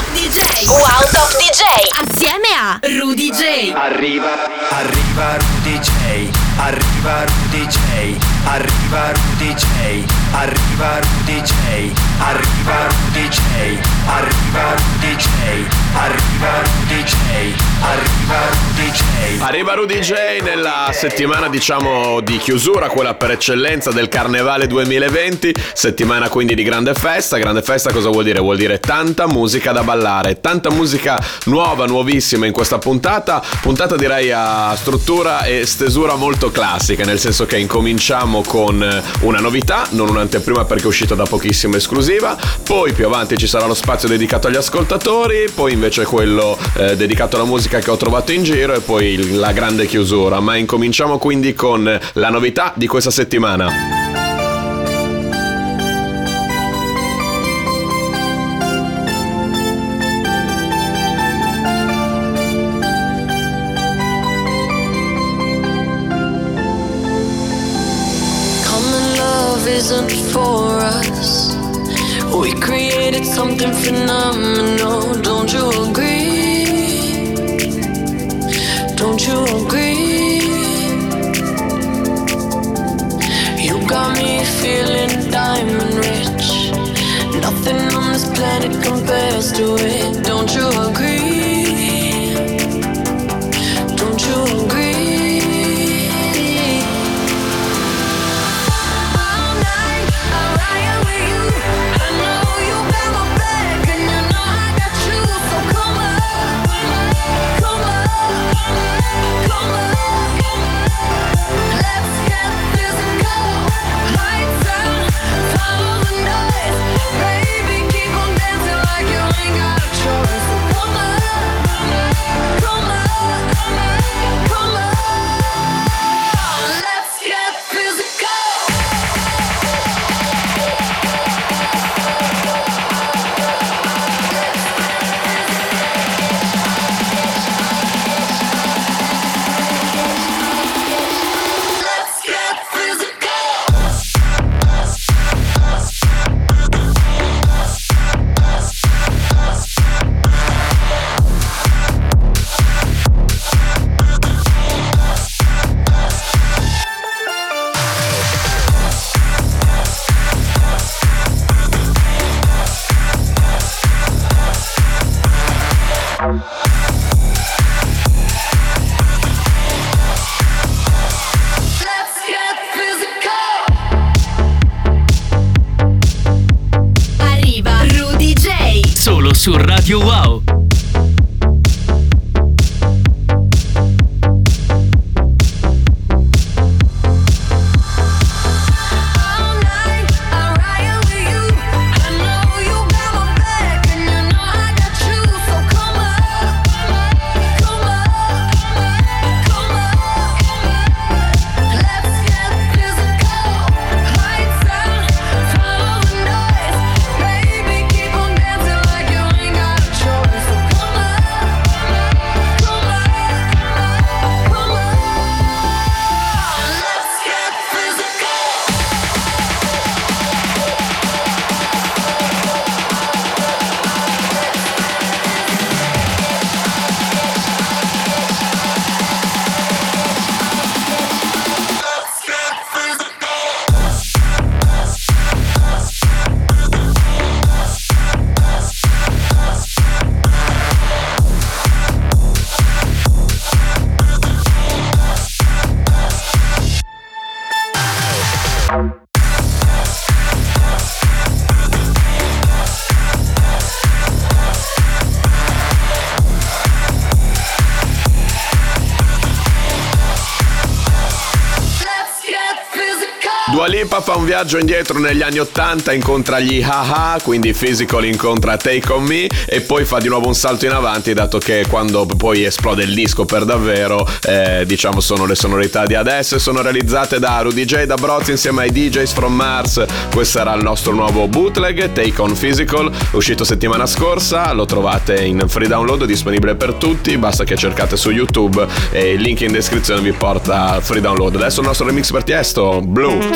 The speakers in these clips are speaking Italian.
Top DJ. Wow Top DJ. Assieme a Rudy J. Arriva Rudy J. Arriva Rudy J. Arriva Rudy J. Arriva Rudy J. Arriva Rudy J. Arriva Rudy J. Arriva Rudy J. Arriva Rudy J. Arriva Rudy J nella settimana, diciamo, di chiusura, quella per eccellenza del Carnevale 2020, settimana quindi di grande festa. Grande festa cosa vuol dire? Vuol dire tanta musica da ballare, tanta musica nuova, nuovissima in questa puntata direi a struttura e stesura molto classica, nel senso che incominciamo con una novità, non un'anteprima perché è uscita da pochissimo esclusiva, poi più avanti ci sarà lo spazio dedicato agli ascoltatori, poi invece quello dedicato alla musica che ho trovato in giro e poi la grande chiusura. Ma incominciamo quindi con la novità di questa settimana. Isn't for us. We created something phenomenal. Don't you agree? Don't you agree? You got me feeling diamond rich. Nothing on this planet compares to it. Don't you agree? Don't you agree? Su Radio Wow. Dua Lipa fa un viaggio indietro negli anni 80, incontra gli Ha-Ha, quindi Physical incontra Take On Me e poi fa di nuovo un salto in avanti, dato che quando poi esplode il disco per davvero, diciamo sono le sonorità di adesso e sono realizzate da Rudy J, da Broz insieme ai DJs from Mars. Questo sarà il nostro nuovo bootleg, Take On Physical, uscito settimana scorsa, lo trovate in free download, disponibile per tutti, basta che cercate su YouTube e il link in descrizione vi porta al free download. Adesso il nostro remix per Tiesto, Blue.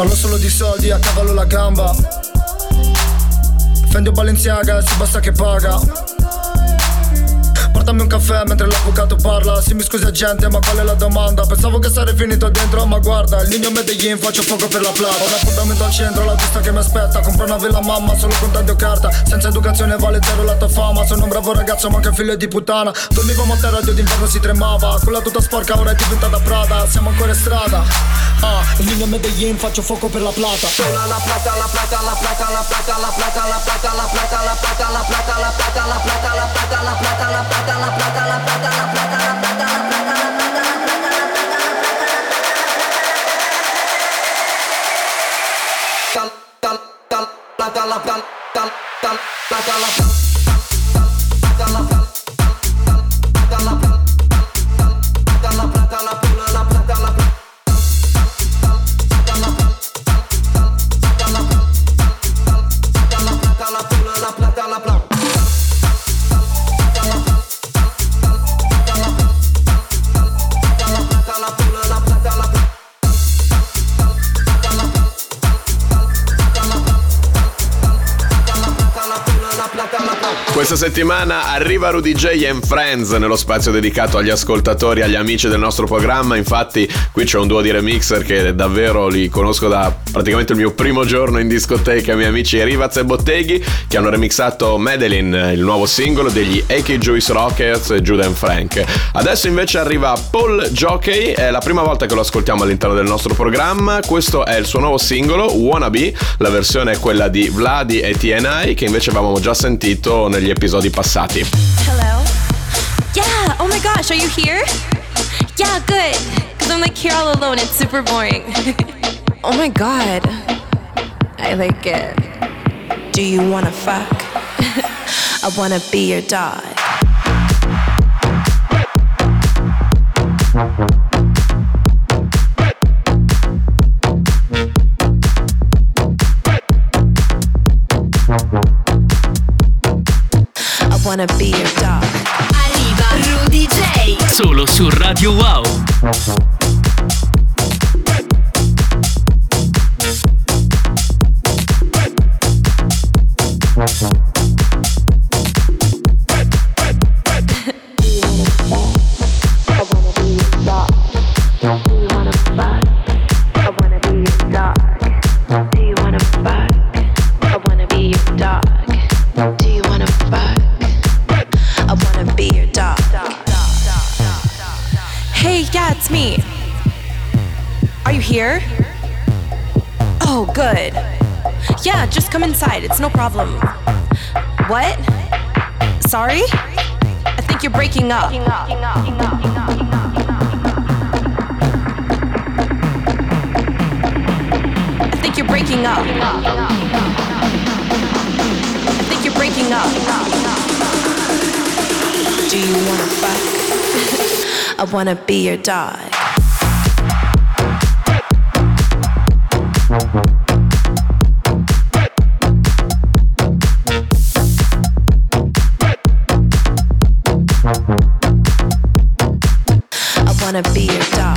Parlo solo di soldi, a cavallo la gamba. Fendi o Balenciaga, si basta che paga. Portami un caffè mentre l'avvocato parla. Sì, mi scusi agente, ma qual è la domanda? Pensavo che sarei finito dentro, ma guarda, il Ligno Medellin, faccio fuoco per la plata. Ho un appuntamento al centro, la vista che mi aspetta. Compro una villa mamma, solo con tanto carta. Senza educazione vale zero la tua fama. Sono un bravo ragazzo, ma anche figlio di puttana. Dormivamo a terra, Dio d'inverno si tremava. Quella tutta sporca ora è diventata Prada. Siamo ancora in strada. Il Ligno Medellin, faccio fuoco per la plata. La plata, la plata, la plata, la plata, la plata, la plata, la plata, la plata, la plata, la plata, la plata, la plata, la plata, la plata. La plata, la plata, la plata, la plata, la plata, la plata, la plata, la plata, Questa settimana arriva Rudy J and Friends nello spazio dedicato agli ascoltatori, agli amici del nostro programma. Infatti qui c'è un duo di remixer che davvero li conosco da praticamente il mio primo giorno in discoteca, i miei amici Rivaz e Botteghi, che hanno remixato Madeline, il nuovo singolo degli AK Juice Rockets e Jude and Frank. Adesso invece arriva Paul Jockey, è la prima volta che lo ascoltiamo all'interno del nostro programma. Questo è il suo nuovo singolo, Wanna Be. La versione è quella di Vladi e TNI, che invece avevamo già sentito negli episodi passati. Hello? Yeah, oh my gosh, are you here? Yeah, good. Cause I'm like here all alone, it's super boring. Oh my god. I like it. Do you wanna fuck? I wanna be your dog. I wanna be your dog. Arriva Rudy J. Solo su Radio Wow. Here? Oh, good. Yeah, just come inside. It's no problem. What? Sorry? I think you're breaking up. I think you're breaking up. I think you're breaking up. Do you wanna fuck? I wanna be your dog. I wanna be your dog.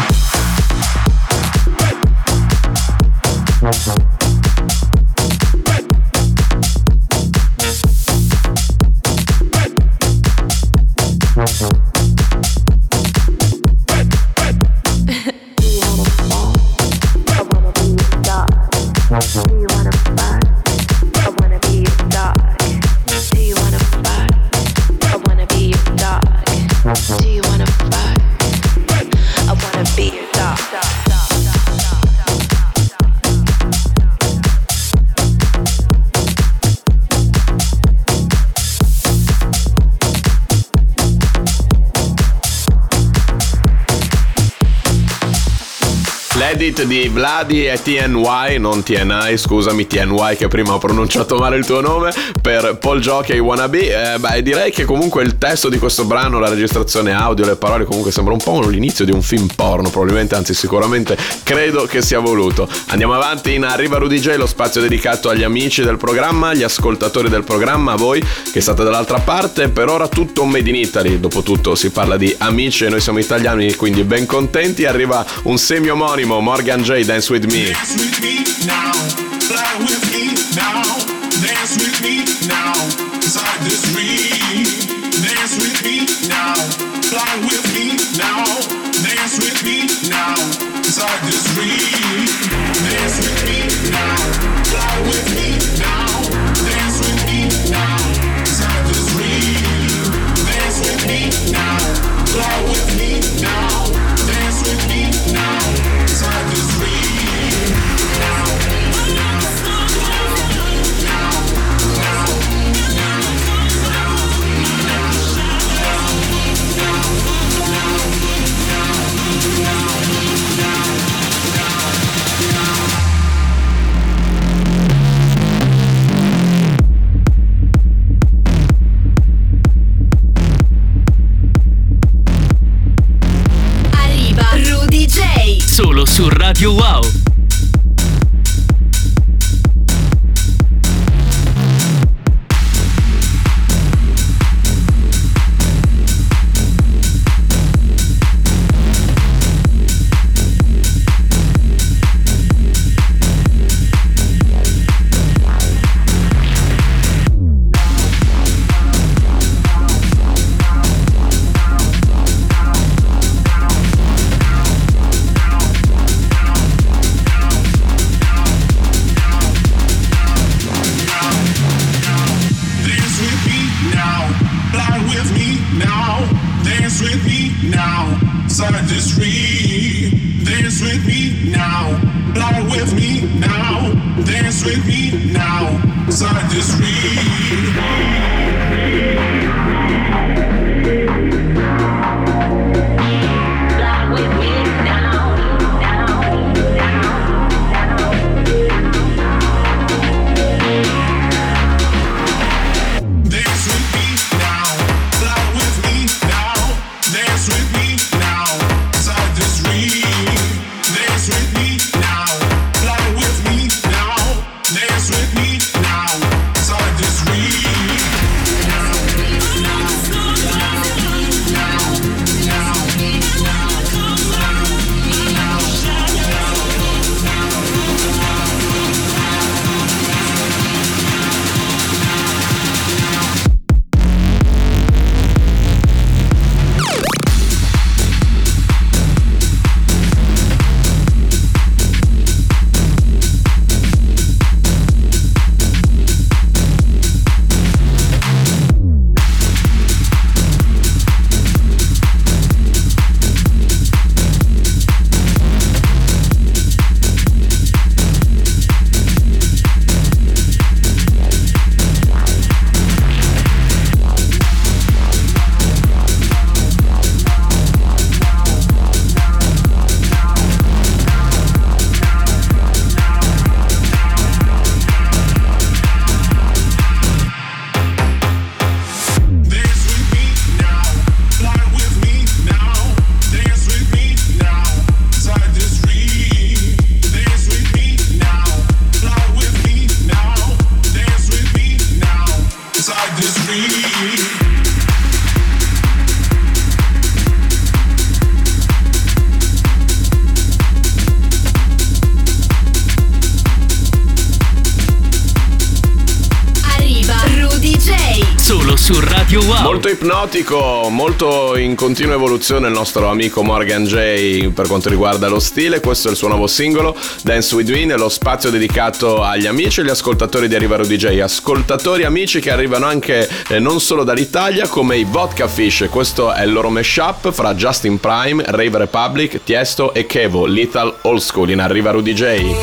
L'edit di Vladi e TNY, non TNI, scusami, TNY, che prima ho pronunciato male il tuo nome, per Paul Jockey Wanna Be. Direi che comunque il testo di questo brano, la registrazione audio, le parole, comunque sembra un po' l'inizio di un film porno, probabilmente, anzi sicuramente credo che sia voluto. Andiamo avanti in Arriva Rudy J, lo spazio dedicato agli amici del programma, agli ascoltatori del programma, a voi che state dall'altra parte. Per ora tutto un made in Italy, dopotutto si parla di amici e noi siamo italiani, quindi ben contenti. Arriva un semi omonimo, Morgan J, Dance With Me. Dance with me now, fly with me now, dance with me now, inside this dream. Dance with me now, fly with me now, dance with me now, inside this dream. Dance with me now, fly with me now, dance with me now, inside this dream. Dance with me now, fly with me now, dance with me now, inside this dream. Now, now, Arriva Rudy J. Solo su Radio Wow. dance with me now, fly with me now, dance with me now, inside this dream. Dance with me now, fly with me now, dance with me now, inside this dream. Dance with me now, fly with me now, dance with me now, inside this dream. Dance with me now, fly with me now, dance with me now, inside this dream. Dance with me now, fly with me now, dance with me now, inside this dream. Dance with me now, fly with me now, dance with me now, inside this dream. Arriva Rudy J. Solo su Radio Wow. Molto ipnotico, molto in continua evoluzione il nostro amico Morgan J per quanto riguarda lo stile. Questo è il suo nuovo singolo, Dance With Me, nello spazio dedicato agli amici e agli ascoltatori di Arriva Rudy J. Ascoltatori amici che arrivano anche non solo dall'Italia, come i Vodka Fish. Questo è il loro mashup fra Justin Prime, Rave Republic, Tiesto e Kevo, Lethal Old School in Arriva Rudy J.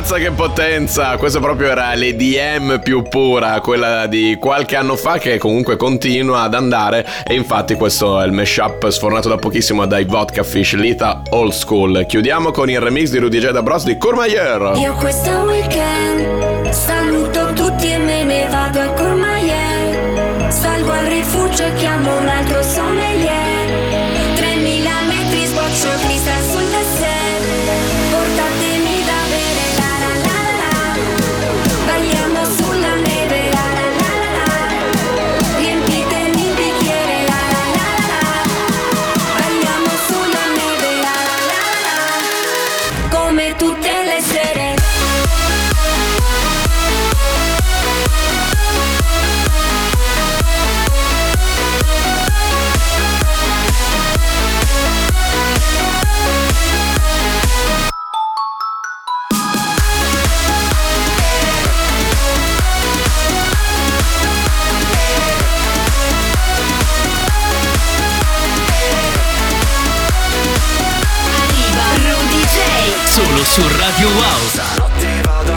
Ammazza che potenza! Questa proprio era l'EDM più pura, quella di qualche anno fa che comunque continua ad andare, e infatti questo è il mashup sfornato da pochissimo dai Vodka Fish, Lita Old School. Chiudiamo con il remix di Rudy J da Bros di Courmayeur. Io questo weekend saluto tutti e me ne vado a Courmayeur. Salgo al rifugio e chiamo un altro sommelier. 3000 metri sboccio cristal sul dessert. Portatemi da bere, la la la la. Balliamo sulla neve, la la la la. Riempitemi il bicchiere, la la la la. Balliamo sulla neve, la la la la. Come tutte le sere. Solo su Radio Wow. Stanotte vado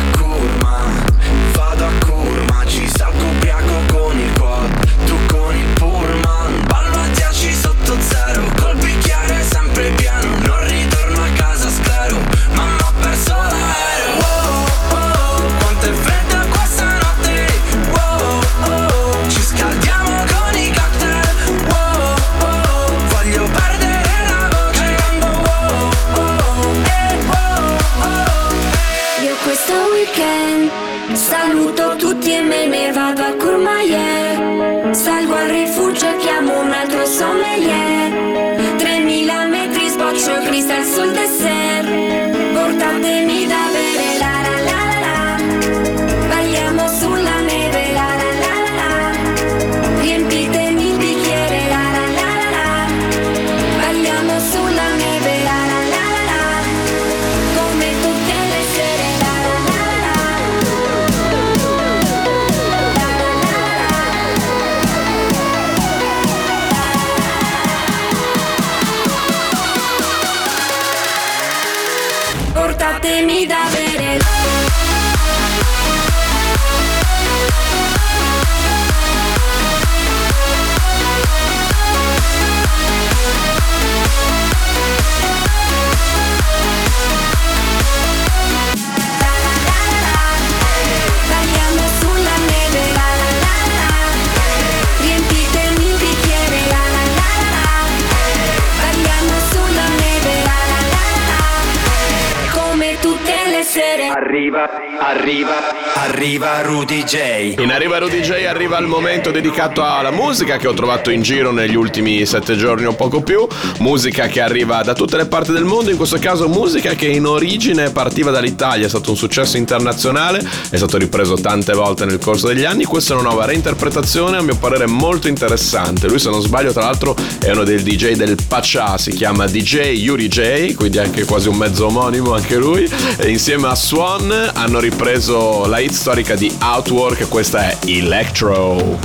a Curma, ci salgo ubriaco con il quad, tu con il pullman, ballo a 10 sotto zero, col bicchiere sempre pieno, non ritorno a casa sclero, mamma ho perso l'aereo. Wow, oh, quanto è fredda questa notte, wow, oh, ci scaldiamo con i cocktail, wow, oh, voglio perdere la voce, wow, oh, io questo weekend saluto tutti e me ne vado a Courmayeur. Salgo al rifugio e chiamo un altro sommelier. 3000 metri sboccio cristal sul dessert. Portatemi da bere, la la la la. Balliamo sulla neve, la la la la. Riempitemi il bicchiere, la la la la. Balliamo sulla neve, la la la la. Come tutte le sere, la la la la. Portatemi da bere. Balliamo sulla neve, la la la la. Riempitemi il bicchiere, la la la la. Balliamo sulla neve, la la la la. Come tutte le sere. Arriva Rudy J. In Arriva Rudy J arriva il momento dedicato alla musica che ho trovato in giro negli ultimi 7 giorni o poco più. Musica che arriva da tutte le parti del mondo, in questo caso musica che in origine partiva dall'Italia, è stato un successo internazionale, è stato ripreso tante volte nel corso degli anni. Questa è una nuova reinterpretazione, a mio parere molto interessante. Lui, se non sbaglio, tra l'altro è uno dei DJ del Pachá, si chiama DJ Yuri J, quindi anche quasi un mezzo omonimo anche lui, e insieme a Swan hanno ripreso la hit storica di Outwork, questa è Electro.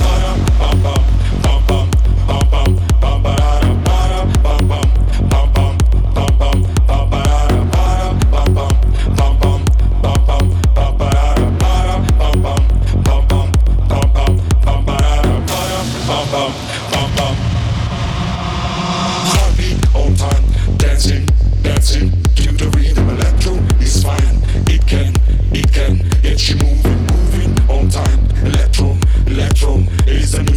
Dancing to the rhythm. Electro is fine. It can get you moving on time. Electro is a new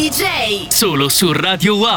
DJ. Solo su Radio Wow.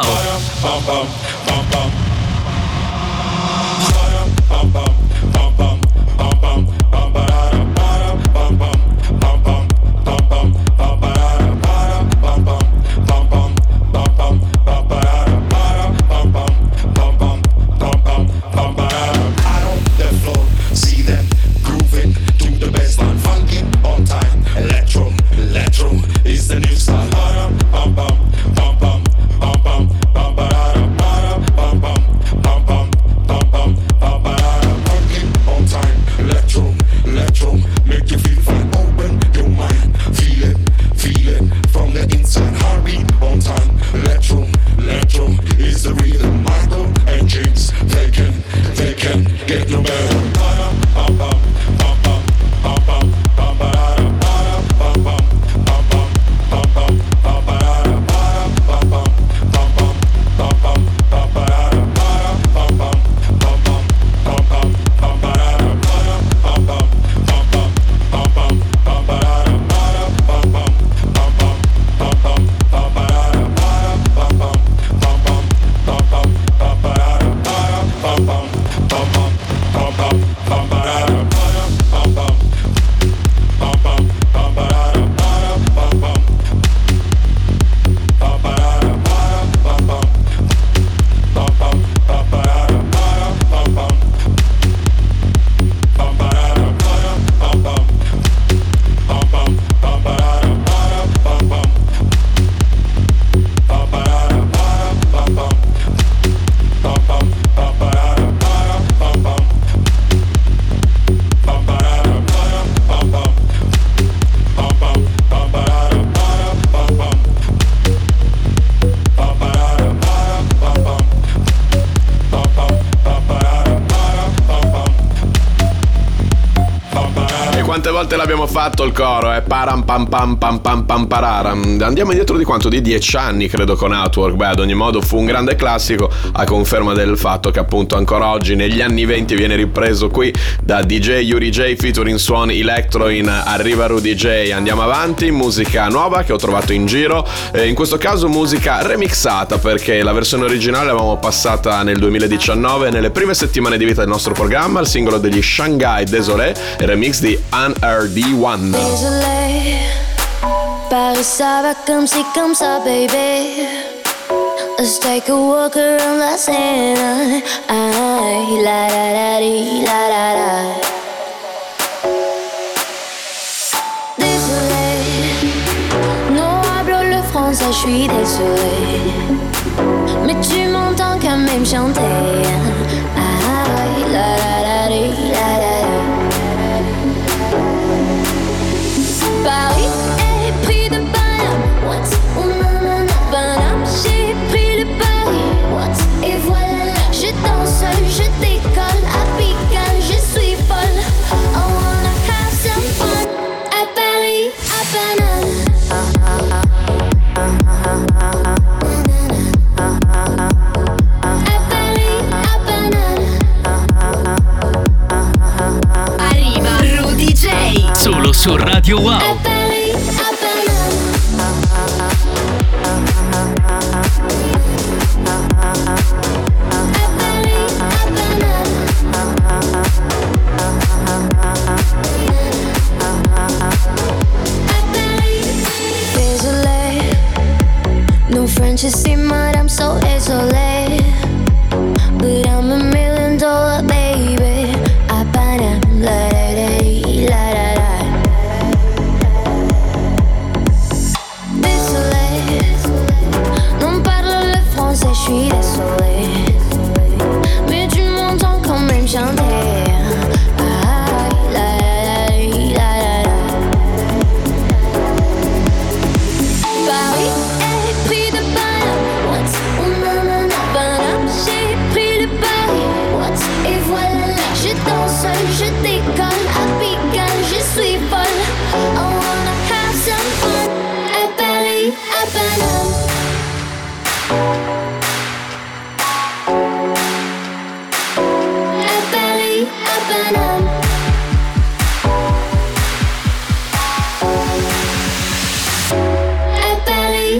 Is the new style. Bum bum bum bum bum bum bum bum bum bum bum bum bum bum. Funky on time, electro, electro, make you feel fine. Open your mind, feel it from the inside. Heartbeat on time, electro, electro is the rhythm. Michael and James, they can get no better. Bum bum bum bum bum bum bum bum. Quante volte l'abbiamo fatto il coro, param pam pam pam pam pam pararam. Andiamo indietro di quanto? Di 10 anni credo con Outwork. Beh, ad ogni modo fu un grande classico, a conferma del fatto che appunto ancora oggi negli anni 20 viene ripreso qui da DJ Yuri J featuring suon electro in Arriva Rudy J. Andiamo avanti, musica nuova che ho trovato in giro, in questo caso musica remixata, perché la versione originale l'avevamo passata nel 2019 nelle prime settimane di vita del nostro programma, il singolo degli Shanghai Désolé, il remix di NRD1. Désolé, Paris ça va comme ça baby. Let's take a walk around la Seine. Ay, la la la di, la la la. Désolé, no hablo le français, je suis désolé. Mais tu m'entends quand même chanter. Ay, la la la di, la la la. Paris est pris de Paname. What? Oh non non non. Paname, j'ai pris le pari. What? Et voilà, je danse, je décolle, à Pigalle, je suis folle. I wanna have some fun. À Paris, à Paname. À Paris, à Paname. Arriva Rudy J. Solo su Radio Wow. À Paris, à Paname. À Paris, à Paname. À Paris. Désolé, no French is but I'm so désolé. But I'm $1 million baby. À Paname, la la la la la la. Désolé, non parle le français, je suis désolé. Mais tu m'entends quand même chanter. Ah, la la la la la. Paris est pris de Paname. What? Oh non non non. Paname, j'ai pris le pari. What? Et voilà, je danse, je décolle, à Pigalle, je suis folle. I wanna have some fun. À Paris, à Paname. À Paris, à Paname. À Paris, Happily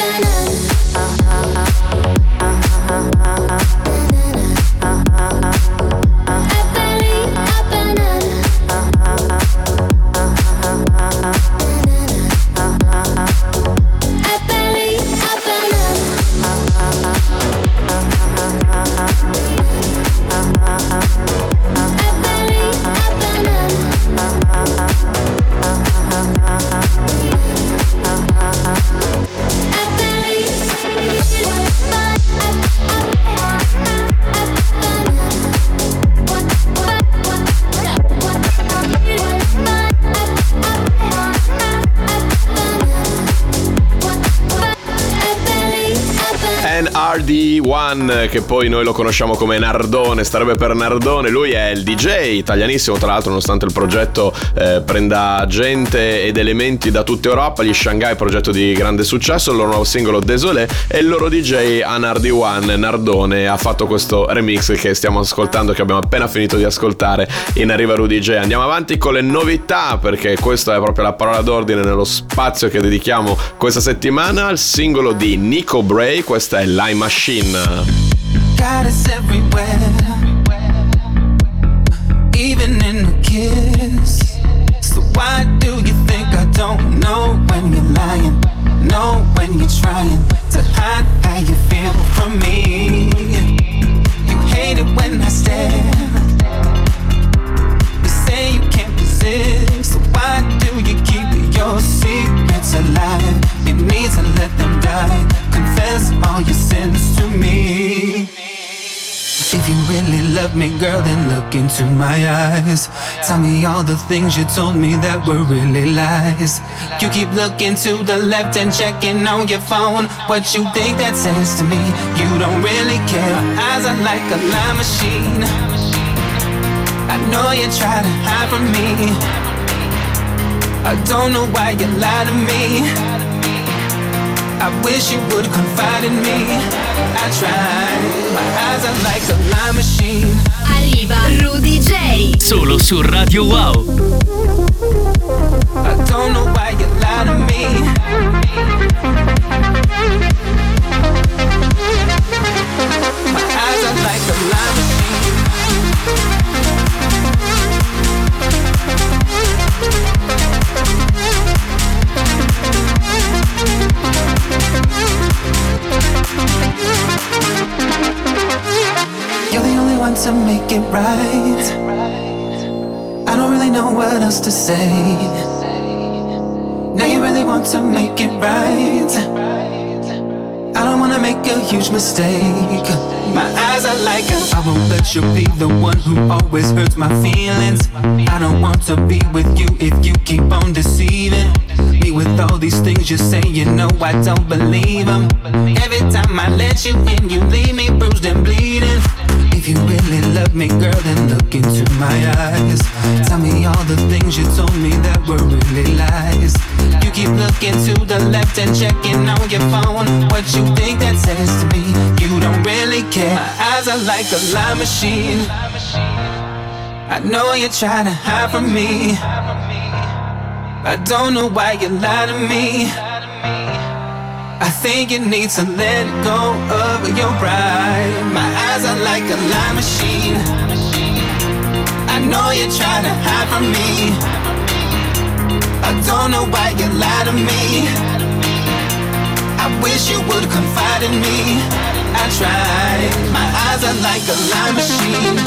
NRD1, che poi noi lo conosciamo come Nardone, starebbe per Nardone. Lui è il DJ italianissimo, tra l'altro, nonostante il progetto prenda gente ed elementi da tutta Europa. Gli Shanghai, progetto di grande successo, il loro nuovo singolo Désolé, e il loro DJ NRD1, Nardone, ha fatto questo remix che stiamo ascoltando, che abbiamo appena finito di ascoltare in Arriva Rudy J. Andiamo avanti con le novità, perché questa è proprio la parola d'ordine nello spazio che dedichiamo questa settimana al singolo di Nico Bray. Questa è Lie Machine. God is everywhere, even in the kiss. So why do you think I don't know when you're lying? Know when you're trying to hide how you feel from me. You hate it when I stare. You say you can't resist. So why do you keep your secrets alive? You need to let them die. Confess all your sins to me. If you really love me, girl, then look into my eyes. Tell me all the things you told me that were really lies. You keep looking to the left and checking on your phone. What you think that says to me? You don't really care. My eyes are like a lie machine. I know you try to hide from me. I don't know why you lie to me. I wish you would confide in me. I tried. My eyes are like a lie machine. Arriva Rudy J. Solo su Radio Wow. I don't know why you lie to me. My eyes are like a lie machine. You're the only one to make it right. I don't really know what else to say. Now you really want to make it right. I don't wanna make a huge mistake. My eyes are like I won't let you be the one who always hurts my feelings. I don't want to be with you if you keep on deceiving me with all these things you say. You know I don't believe them. Every time I let you in, you leave me bruised and bleeding. If you really love me, girl, then look into my eyes. Tell me all the things you told me that were really lies. You keep looking to the left and checking on your phone. What you think that says to me? You don't really care. My eyes are like a lie machine. I know you try to hide from me. I don't know why you lie to me. I think you need to let go of your pride. My eyes are like a lie machine. I know you try to hide from me. I don't know why you lie to me. I wish you would confide in me. I tried. My eyes are like a lie machine.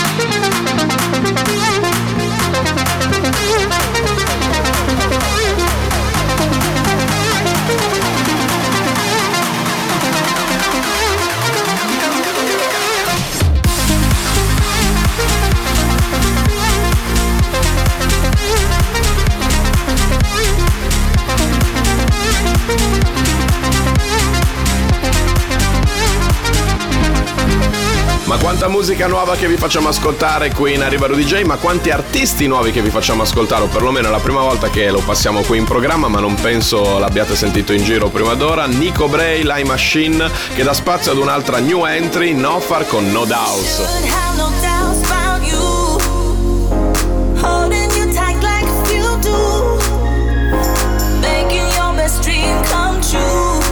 Ma quanta musica nuova che vi facciamo ascoltare qui in Arriva Rudy J, ma quanti artisti nuovi che vi facciamo ascoltare, o perlomeno è la prima volta che lo passiamo qui in programma, ma non penso l'abbiate sentito in giro prima d'ora. Nico Bray, Lie Machine, che dà spazio ad un'altra new entry, Nofar con No Doubts. Come true.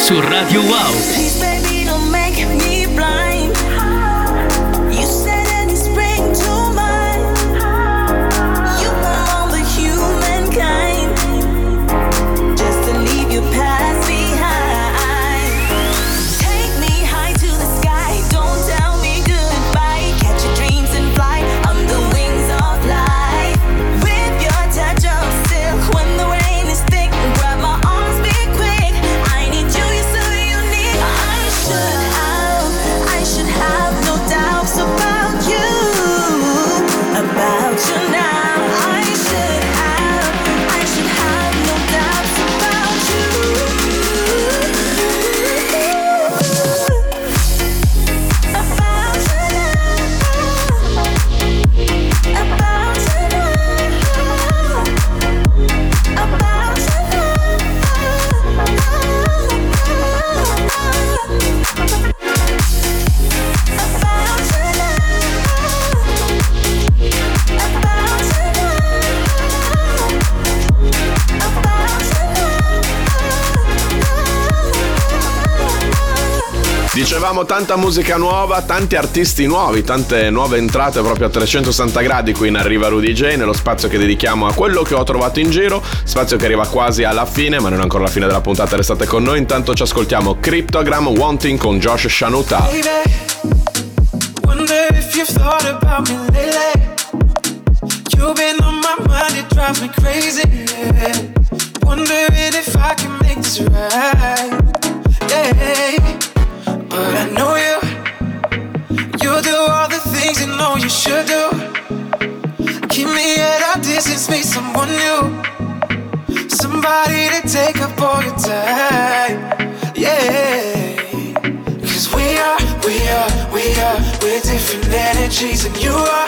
su Radio Wow. Please, baby, don't make me blind. You said any spring to mine. You want the humankind, just to leave your past behind. Take me high to the sky, don't tell me goodbye. Catch your dreams and fly on the wings of light. With your touch of silk, when the rain is thick, grab my arms, be quick. I need you, you're so unique. I should have no doubts about you now. I should have no doubts about you. Dicevamo tanta musica nuova, tanti artisti nuovi, tante nuove entrate proprio a 360 gradi qui in Arriva Rudy J, nello spazio che dedichiamo a quello che ho trovato in giro, spazio che arriva quasi alla fine, ma non è ancora la fine della puntata, restate con noi, intanto ci ascoltiamo Cryptogram Wanting con Josh Shanuta. Wonder if you've thought about me lately. You've been on my mind, it drives me crazy. Yeah. Wondering if I can make this right. Yeah. But I know you'll do all the things you know you should do. Keep me at a distance, meet someone new. Somebody to take up all your time. Yeah. Cause we're different energies. And you are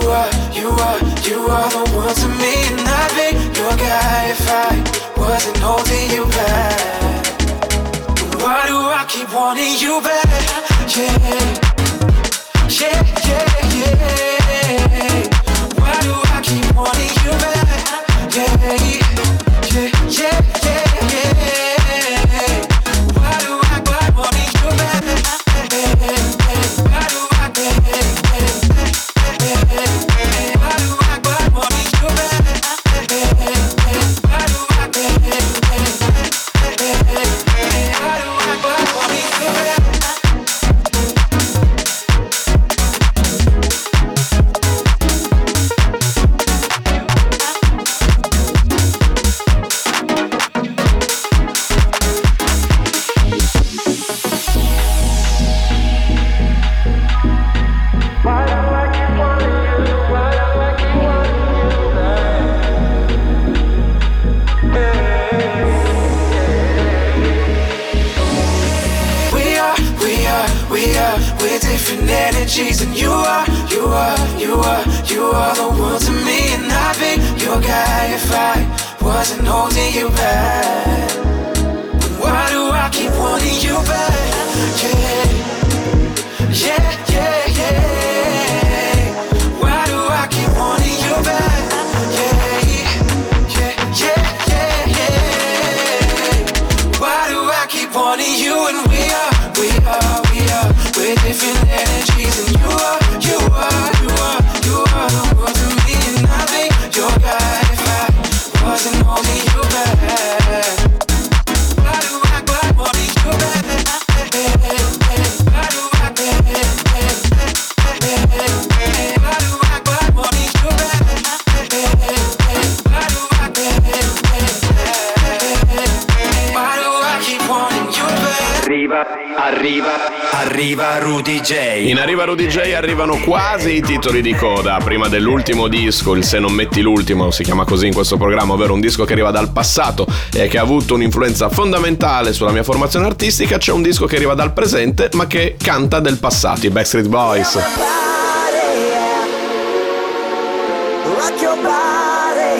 the one to me. And I'd be your guy if I wasn't holding you back. Why do I keep wanting you back? Yeah, yeah, yeah, yeah. Why do I keep wanting you back? Yeah, yeah, yeah, yeah, yeah. Why do I keep wanting you back? Why do I Why do I keep wanting you back? Why do We're different energies, and you are the one to me. And I'd be your guy if I wasn't holding you back. Why do I keep wanting you back? Yeah, yeah, yeah, yeah. Why do I keep wanting you back? Yeah, yeah, yeah, yeah, yeah. Why do I keep wanting you? And we're different energies, and you are the one to me. And I think your guy if I wasn't holding you back. Why do I keep wanting you back? Why do I keep wanting you back? Why do I keep wanting you back? Arriva Rudy J. In Arriva Rudy J arrivano quasi i titoli di coda. Prima dell'ultimo disco, il Se non metti l'ultimo, si chiama così in questo programma, ovvero un disco che arriva dal passato e che ha avuto un'influenza fondamentale sulla mia formazione artistica. C'è un disco che arriva dal presente ma che canta del passato, i Backstreet Boys. Rock your body,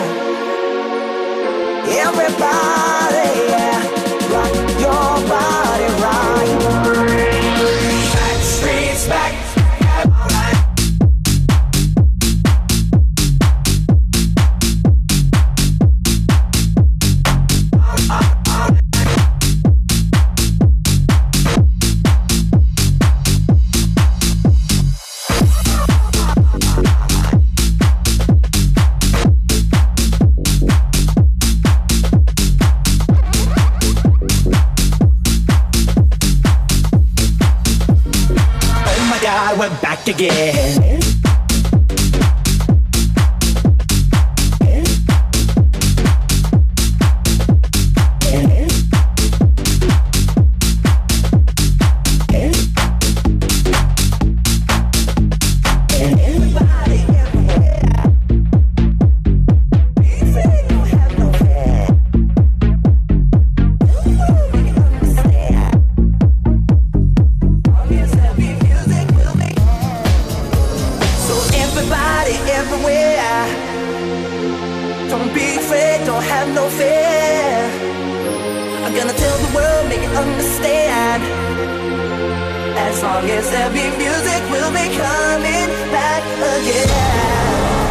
yeah. Everybody, yeah. Rock your body right. Backstreet's back. God, we're back again. As long as there be music, we'll be coming back again.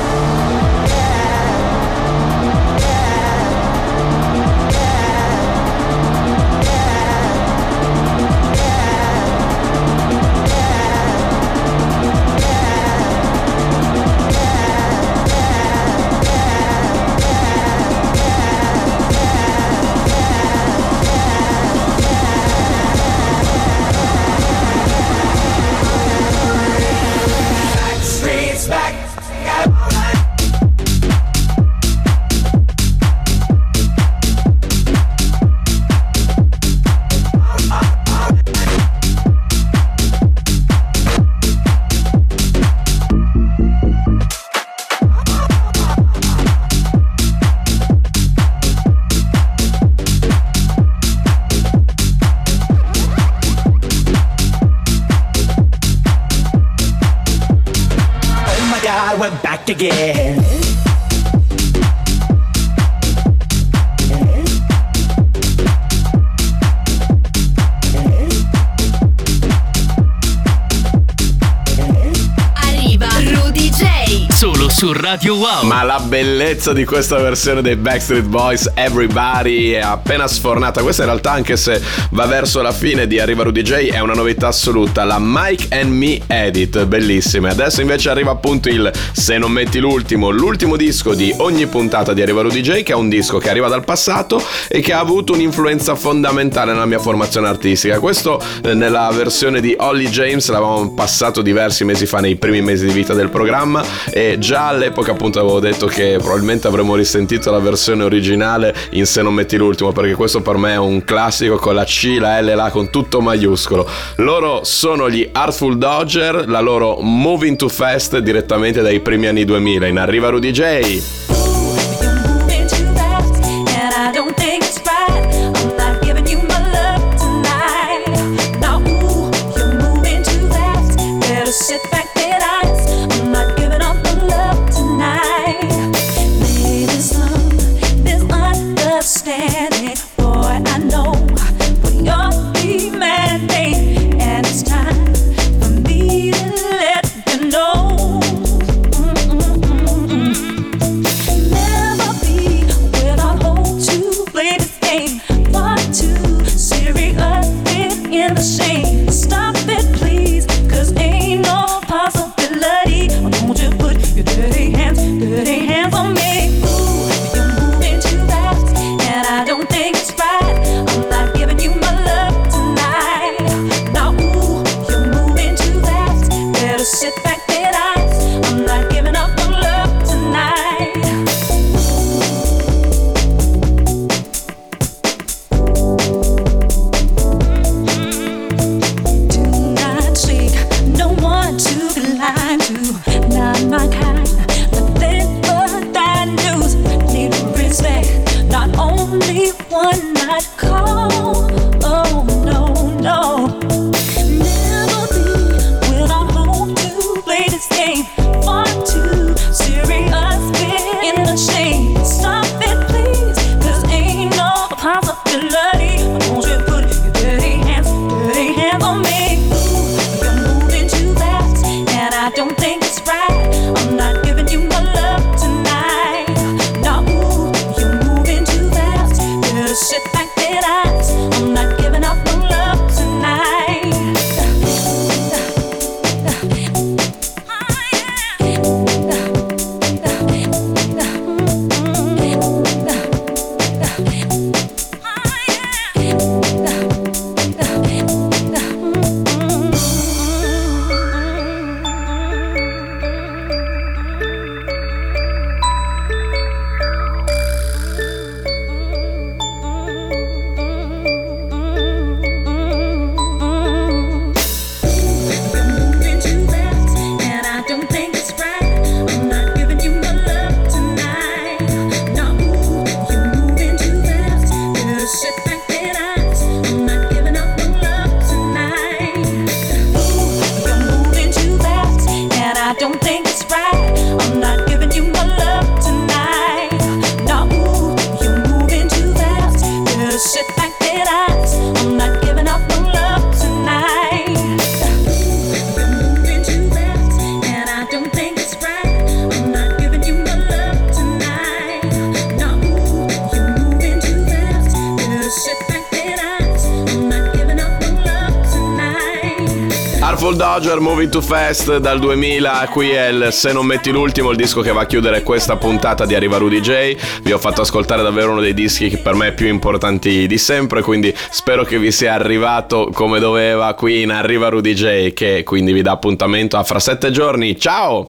We're back again. Arriva Rudy J. Solo su Radio Wow. Ma la bellezza di questa versione dei Backstreet Boys, Everybody, è appena sfornata. Questa in realtà, anche se va verso la fine di Arriva Rudy J, è una novità assoluta, la Mike and Me Edit, bellissima. Adesso invece arriva appunto il Se non metti l'ultimo disco di ogni puntata di Arriva Rudy J, che è un disco che arriva dal passato e che ha avuto un'influenza fondamentale nella mia formazione artistica. Questo nella versione di Holly James l'avevamo passato diversi mesi fa, nei primi mesi di vita del programma, e già all'epoca appunto avevo detto che probabilmente avremmo risentito la versione originale in Se non metti l'ultimo, perché questo per me è un classico, con la C, la L, la con tutto maiuscolo. Loro sono gli Artful Dodger, la loro Moving Too Fast, direttamente dai primi anni 2000 in Arriva Rudy J. Sit back, relax. I'm not giving up on love tonight. Maybe some misunderstanding. Boy, I know what you're demanding, and it's time for me to let you know. Never be without hope to play this game. Far too serious in the shame. Stop it, please, 'cause ain't no possibility. Won't you put your dirty hands on me? Ooh, you're moving too fast, and I don't think it's right. I'm not giving you my love tonight. Now, ooh, you're moving too fast. Better sit back, relax. I'm not giving up on love tonight. Grateful Dodger, Moving Too Fast dal 2000. Qui è il Se non metti l'ultimo, il disco che va a chiudere questa puntata di Arriva Rudy J. Vi ho fatto ascoltare davvero uno dei dischi che per me più importanti di sempre, quindi spero che vi sia arrivato come doveva qui in Arriva Rudy J, che quindi vi dà appuntamento a fra 7 giorni. Ciao!